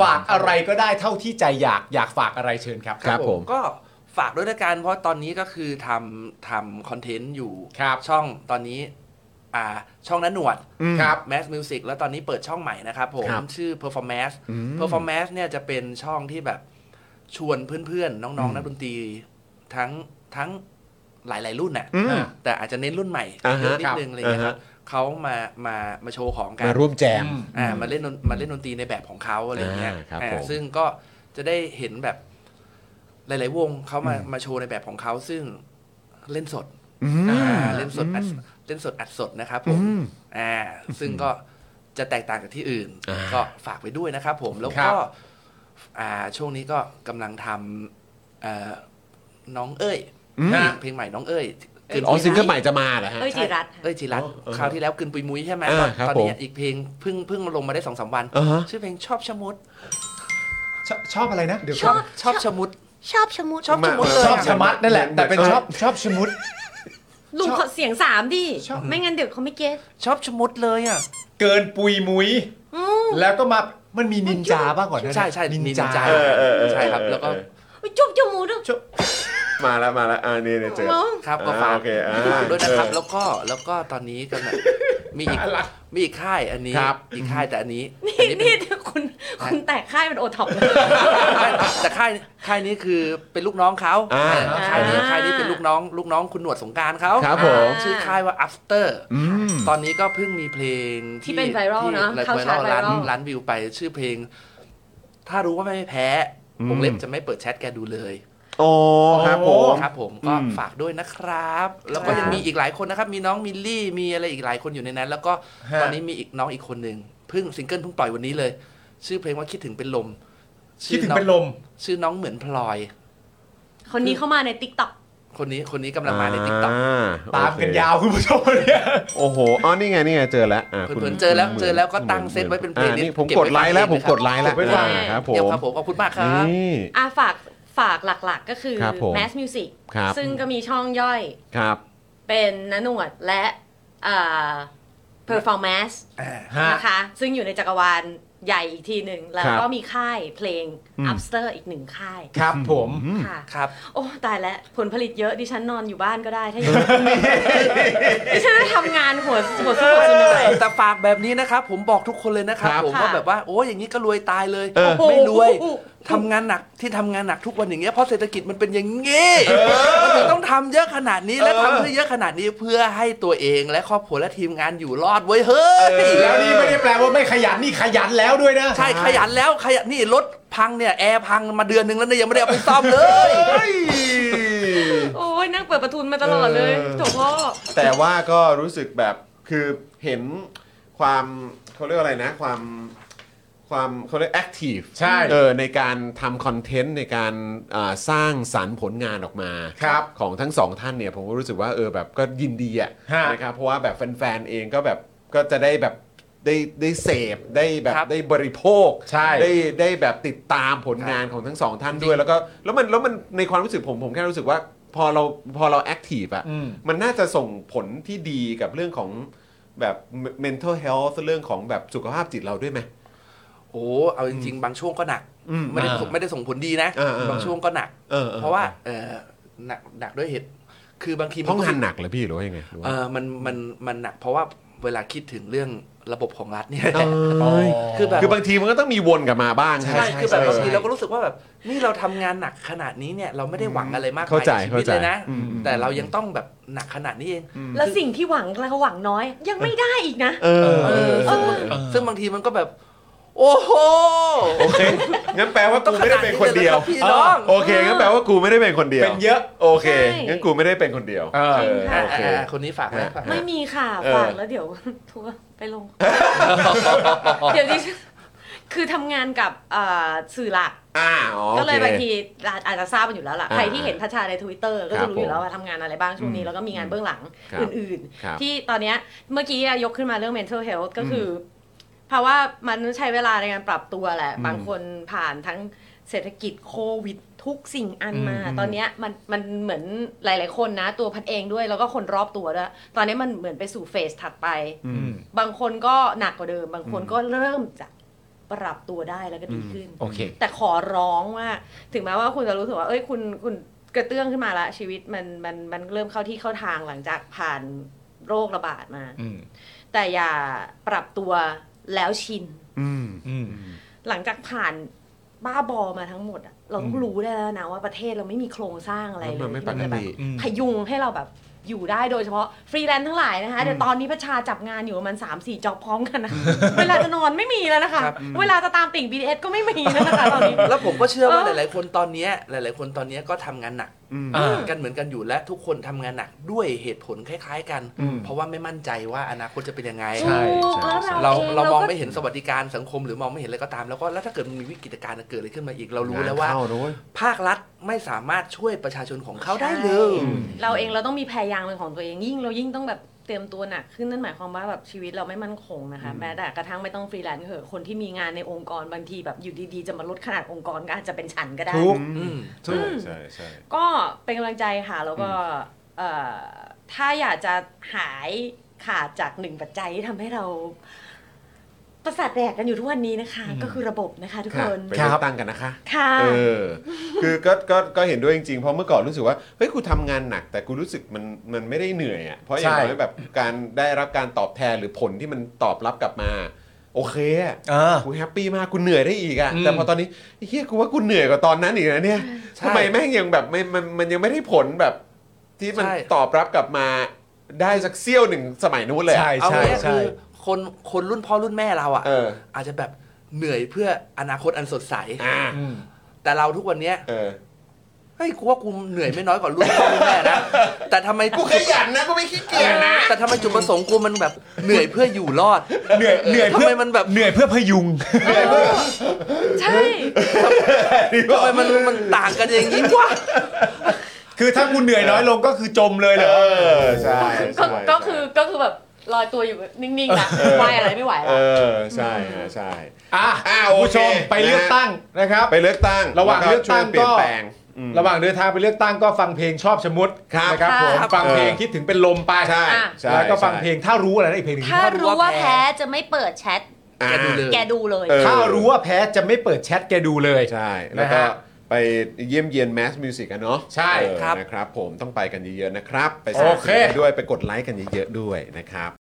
ฝากอะไรก็ได้เท่าที่ใจอยากฝากอะไรเชิญครับครับผมก็ฝากด้วยละกันเพราะตอนนี้ก็คือทำคอนเทนต์อยู่ครับช่องตอนนี้ช่องนั้นหนวดครับ Mass Music แล้วตอนนี้เปิดช่องใหม่นะครับผมครับชื่อ Performance เนี่ยจะเป็นช่องที่แบบชวนเพื่อนๆ น้องๆนักดนตรีทั้งหลายๆรุ่นน่ะแต่อาจจะเน้นรุ่นใหม่เยอะนิดนึงอะไรเงี้ยครับเขามาโชว์ของกันมาร่วมแจมมาเล่นดนตรีในแบบของเขาอะไรเงี้ยครับผมซึ่งก็จะได้เห็นแบบหลายๆวงเขามาโชว์ในแบบของเขาซึ่งเล่นสดเล่นสดอัดสดนะครับผมซึ่งก็จะแตกต่างจากที่อื่นก็ฝากไปด้วยนะครับผมแล้วก็ช่วงนี้ก็กำลังทำน้องเอ้ยเพลงใหม่น้องเอ้ยซิงเกิลใหม่จะมาเหรอฮะเอ้ยจิรัตคราวที่แล้วกึนปุยมุ้ยใช่ไหมตอนนี้อีกเพลงเพิ่งลงมาได้ 2-3 วันชื่อเพลงชอบชะมุดชอบอะไรนะเดี๋ยวชอบชะมุดชอบชะมุดเลยชอบชะมัดนั่นแหละแต่เป็นชอบชะมุดลุงขอเสียง3ดิไม่งั้นเดี๋ยวเขาไม่เก็ตชอบชะมุดเลยอ่ะเกินปุยมุ้ยแล้วก็มันมีนินจาบ้างก่อนนะใช่นินจาใช่ครับแล้วก็จุ๊บจมูกด้วยมาแล้วนี่เจอครับก็ฝากด้วยนะครับแล้วก็ตอนนี้ก็มีอีกค่ายอันนี้อีกค่ายแต่อันนี้นี่คุณแตกค่ายเป็นโอท็อปเลยแต่ค่ายนี้คือเป็นลูกน้องเขาค่ายนี้เป็นลูกน้องคุณหนวดสงกรานต์เขาชื่อค่ายว่า After ตอนนี้ก็เพิ่งมีเพลงที่เป็นไวรัลนะเข้าชาร์ตล้านวิวไปชื่อเพลงถ้ารู้ว่าไม่แพ้วงเล็บจะไม่เปิดแชทแกดูเลยโอ้ครับผมก็ฝากด้วยนะครับแล้วก็ยังมีอีกหลายคนนะครับมีน้องมิลลี่มีอะไรอีกหลายคนอยู่ในนั้นแล้วก็ตอนนี้มีน้องอีกคนนึงซิงเกิลเพิ่งปล่อยวันนี้เลยชื่อเพลงว่าคิดถึงเป็นลมชื่อน้องเหมือนพลอยคนนี้เข้ามาใน TikTok คนนี้กำลังมาใน TikTok ตามกันยาวคุณผู้ชมเนี่ยโอ้โหนี่ไงเจอแล้วคุณเจอแล้วก็ตั้งเซตไว้เป็นเพลงนี้ผมกดไลค์แล้วครับผมขอบคุณมากครับฝากหลักๆก็คือ Mass Music ซึ่งก็มีช่องย่อยเป็นณหนวดและPerformance นะคะซึ่งอยู่ในจักรวาลใหญ่อีกทีหนึ่งแล้วก็มีค่ายเพลง Upster อีก1ค่ายครับผมค่ะครับโอ้ตายแล้วผลผลิตเยอะดิฉันนอนอยู่บ้านก็ได้ถ้าอย่างนี้ดิฉันทำงานหัวสู้เหนื่อยแต่ฝากแบบนี้นะครับผมบอกทุกคนเลยนะครับผมว่าแบบว่าโอ้อย่างนี้ก็รวยตายเลยไม่รวยทำงานหนักทุกวันอย่างเงี้ยเพราะเศรษฐกิจมันเป็นอย่างงี้มันต้องทำเยอะขนาดนี้และทำเพื่อเยอะขนาดนี้เพื่อให้ตัวเองและครอบครัวและทีมงานอยู่รอดเว้ยเฮ้ยแล้วนี่ไม่ได้แปลว่าไม่ขยันนี่ขยันแล้วด้วยนะใช่ขยันแล้วนี่รถพังเนี่ยแอร์พังมาเดือนนึงแล้วเนี่ยยังไม่ได้เอาไปซ่อมเลยโอ้ยนั่งเปิดประทุนมาตลอดเลยโถพ่อแต่ว่าก็รู้สึกแบบคือเห็นความเขาเรียกอะไรนะความเขาเรียกแอคทีฟใช่ในการทำคอนเทนต์ในการสร้างสรรค์ผลงานออกมาของทั้งสองท่านเนี่ยผมก็รู้สึกว่าแบบก็ยินดีนะครับเพราะว่าแบบแฟนๆเองก็แบบก็จะได้แบบได้เสพได้แบบได้บริโภคได้แบบติดตามผลงานของทั้งสองท่านด้วยแล้วมันในความรู้สึกผมแค่รู้สึกว่าพอเราแอคทีฟมันน่าจะส่งผลที่ดีกับเรื่องของแบบ mental health เรื่องของแบบสุขภาพจิตเราด้วยไหมโอ้เอาจริงๆบางช่วงก็หนักไม่ได้ส่งผลดีนะบางช่วงก็หนักเพราะว่าหนักด้วยเหตุคือบางทีต้องงานหนักเหรอพี่หรือว่ายังไงมันหนักเพราะว่าเวลาคิดถึงเรื่องระบบของรัฐเนี่ยคือบางทีมันก็ต้องมีวนกลับมาบ้างใช่คือแบบบางทีเราก็รู้สึกว่าแบบนี่เราทำงานหนักขนาดนี้เนี่ยเราไม่ได้หวังอะไรมากมายในชีวิตเลยนะแต่เรายังต้องแบบหนักขนาดนี้เองแล้วสิ่งที่หวังเราหวังน้อยยังไม่ได้อีกนะซึ่งบางทีมันก็แบบโอ้โหโอเคงั้นแปลว่ากูไม่ได้เป็นคนเดียวโอเคงั้นแปลว่ากูไม่ได้เป็นคนเดียวเป็นเยอะโอเคงั้นกูไม่ได้เป็นคนเดียวโอเคคนนี้ฝากไหมไม่มีค่ะฝากแล้วเดี๋ยวทัวร์ไปลงเดี๋ยวดิคือทำงานกับสื่อหลักก็เลยบางทีอาจจะทราบกันอยู่แล้วล่ะใครที่เห็นทัชชาใน Twitter ก็จะรู้อยู่แล้วว่าทำงานอะไรบ้างช่วงนี้แล้วก็มีงานเบื้องหลังอื่นๆที่ตอนนี้เมื่อกี้ยกขึ้นมาเรื่อง mental health ก็คือเพราะว่ามันใช้เวลาในการปรับตัวแหละบางคนผ่านทั้งเศรษฐกิจโควิดทุกสิ่งอันมาตอนนี้มันเหมือนหลายๆคนนะตัวพัดเองด้วยแล้วก็คนรอบตัวด้วยตอนนี้มันเหมือนไปสู่เฟสถัดไปบางคนก็หนักกว่าเดิมบางคนก็เริ่มจากปรับตัวได้แล้วก็ดีขึ้นโอเคแต่ขอร้องว่าถึงแม้ว่าคุณจะรู้สึกว่าคุณกระเตื้องขึ้นมาละชีวิตมันเริ่มเข้าที่เข้าทางหลังจากผ่านโรคระบาดมาแต่อย่าปรับตัวแล้วชินหลังจากผ่านบ้าบอมาทั้งหมดอะเราต้องรู้ได้แล้วนะว่าประเทศเราไม่มีโครงสร้างอะไรเลยที่มันจะแบบพยุงให้เราแบบอยู่ได้โดยเฉพาะฟรีแลนซ์ทั้งหลายนะคะเดี๋ยวตอนนี้ประชาจับงานอยู่ประมาณ 3-4 จ็อบพร้อมกันนะเวลาจะนอนไม่มีแล้วนะคะเวลาจะตามติ่ง BTS ก็ไม่มีแล้วนะคะตอนนี้แล้วผมก็เชื่อว่าหลายๆคนตอนนี้ก็ทำงานหนักกันเหมือนกันอยู่และทุกคนทำงานหนักด้วยเหตุผลคล้ายๆกันเพราะว่าไม่มั่นใจว่าอนาคตจะเป็นยังไงเรามองไม่เห็นสวัสดิการสังคมหรือมองไม่เห็นอะไรก็ตามแล้วถ้าเกิดมันมีวิกฤตการณ์เกิดอะไรขึ้นมาอีกเรารู้แล้วว่าภาครัฐไม่สามารถช่วยประชาชนของเขาได้เลยเราเองเราต้องมีแพรยางเป็นของตัวเองยิ่งต้องแบบเตรียมตัวหนักขึ้นนั่นหมายความว่าแบบชีวิตเราไม่มั่นคงนะคะแม้แต่กระทั่งไม่ต้องฟรีแลนซ์เถอะคนที่มีงานในองค์กรบางทีแบบอยู่ดีๆจะมาลดขนาดองค์กรก็อาจจะเป็นฉันก็ได้ถูกใช่ก็เป็นกำลังใจค่ะแล้วก็ถ้าอยากจะหายขาดจากหนึ่งปัจจัยที่ทำให้เราประสาทแดกกันอยู่ทุกวันนี้นะคะก็คือระบบนะคะทุกคนไปเลือกตั้งกันนะคะค่ะคือก็เห็นด้วยจริงๆเพราะเมื่อก่อนรู้สึกว่าเฮ้ยกูทำงานหนักแต่กูรู้สึกมันไม่ได้เหนื่อยอ่ะเพราะอย่างน้อยแบบการได้รับการตอบแทนหรือผลที่มันตอบรับกลับมาโอเคอ่ะกูแฮปปี้มากกูเหนื่อยได้อีกอ่ะแต่พอตอนนี้เฮียกูว่ากูเหนื่อยกว่าตอนนั้นอีกนะเนี่ยทำไมแม่งยังแบบมันยังไม่ได้ผลแบบที่มันตอบรับกลับมาได้สักเสี้ยวหนึ่งสมัยนู้นเลยใช่คนรุ่นพ่อรุ่นแม่เราอ่ะอาจจะแบบเหนื่อยเพื่ออนาคตอันสดใสแต่เราทุกวันเนี้ยเฮ้ยกูว่ากูเหนื่อยไม่น้อยกว่ารุ่นพ่อรุ่นแม่นะแต่ทำไมกูขยันนะกูไม่ขี้เกียจนะแต่ทำไมจุดประสงค์กูมันแบบเหนื่อยเพื่ออยู่รอดเหนื่อยทำไมมันแบบเหนื่อยเพื่อพยุงใช่ทำไมมันต่างกันอย่างนี้วะคือถ้ากูเหนื่อยน้อยลงก็คือจมเลยเหรอใช่ก็คือแบบลอยตัวอยู่นิ่งๆนะว่ายอะไรไม่ไหวแล้วใช่ผู้ชมไปเลือกตั้งนะครับไปเลือกตั้งระหว่างเลือกตั้งก็ระหว่างเดินทางไปเลือกตั้งก็ฟังเพลงชอบชะมุดนะครับผมฟังเพลงคิดถึงเป็นลมไปแล้วก็ฟังเพลงถ้ารู้อะไรนะอีกเพลงนึงถ้ารู้ว่าแพ้จะไม่เปิดแชทแกดูเลยถ้ารู้ว่าแพ้จะไม่เปิดแชทแกดูเลยใช่แล้วก็ไปเยี่ยมเยียนแมสมิวสิกกันเนาะใช่นะครับผมต้องไปกันเยอะๆนะครับไปสนับสนุนด้วยไปกดไลค์กันเยอะๆด้วยนะครับ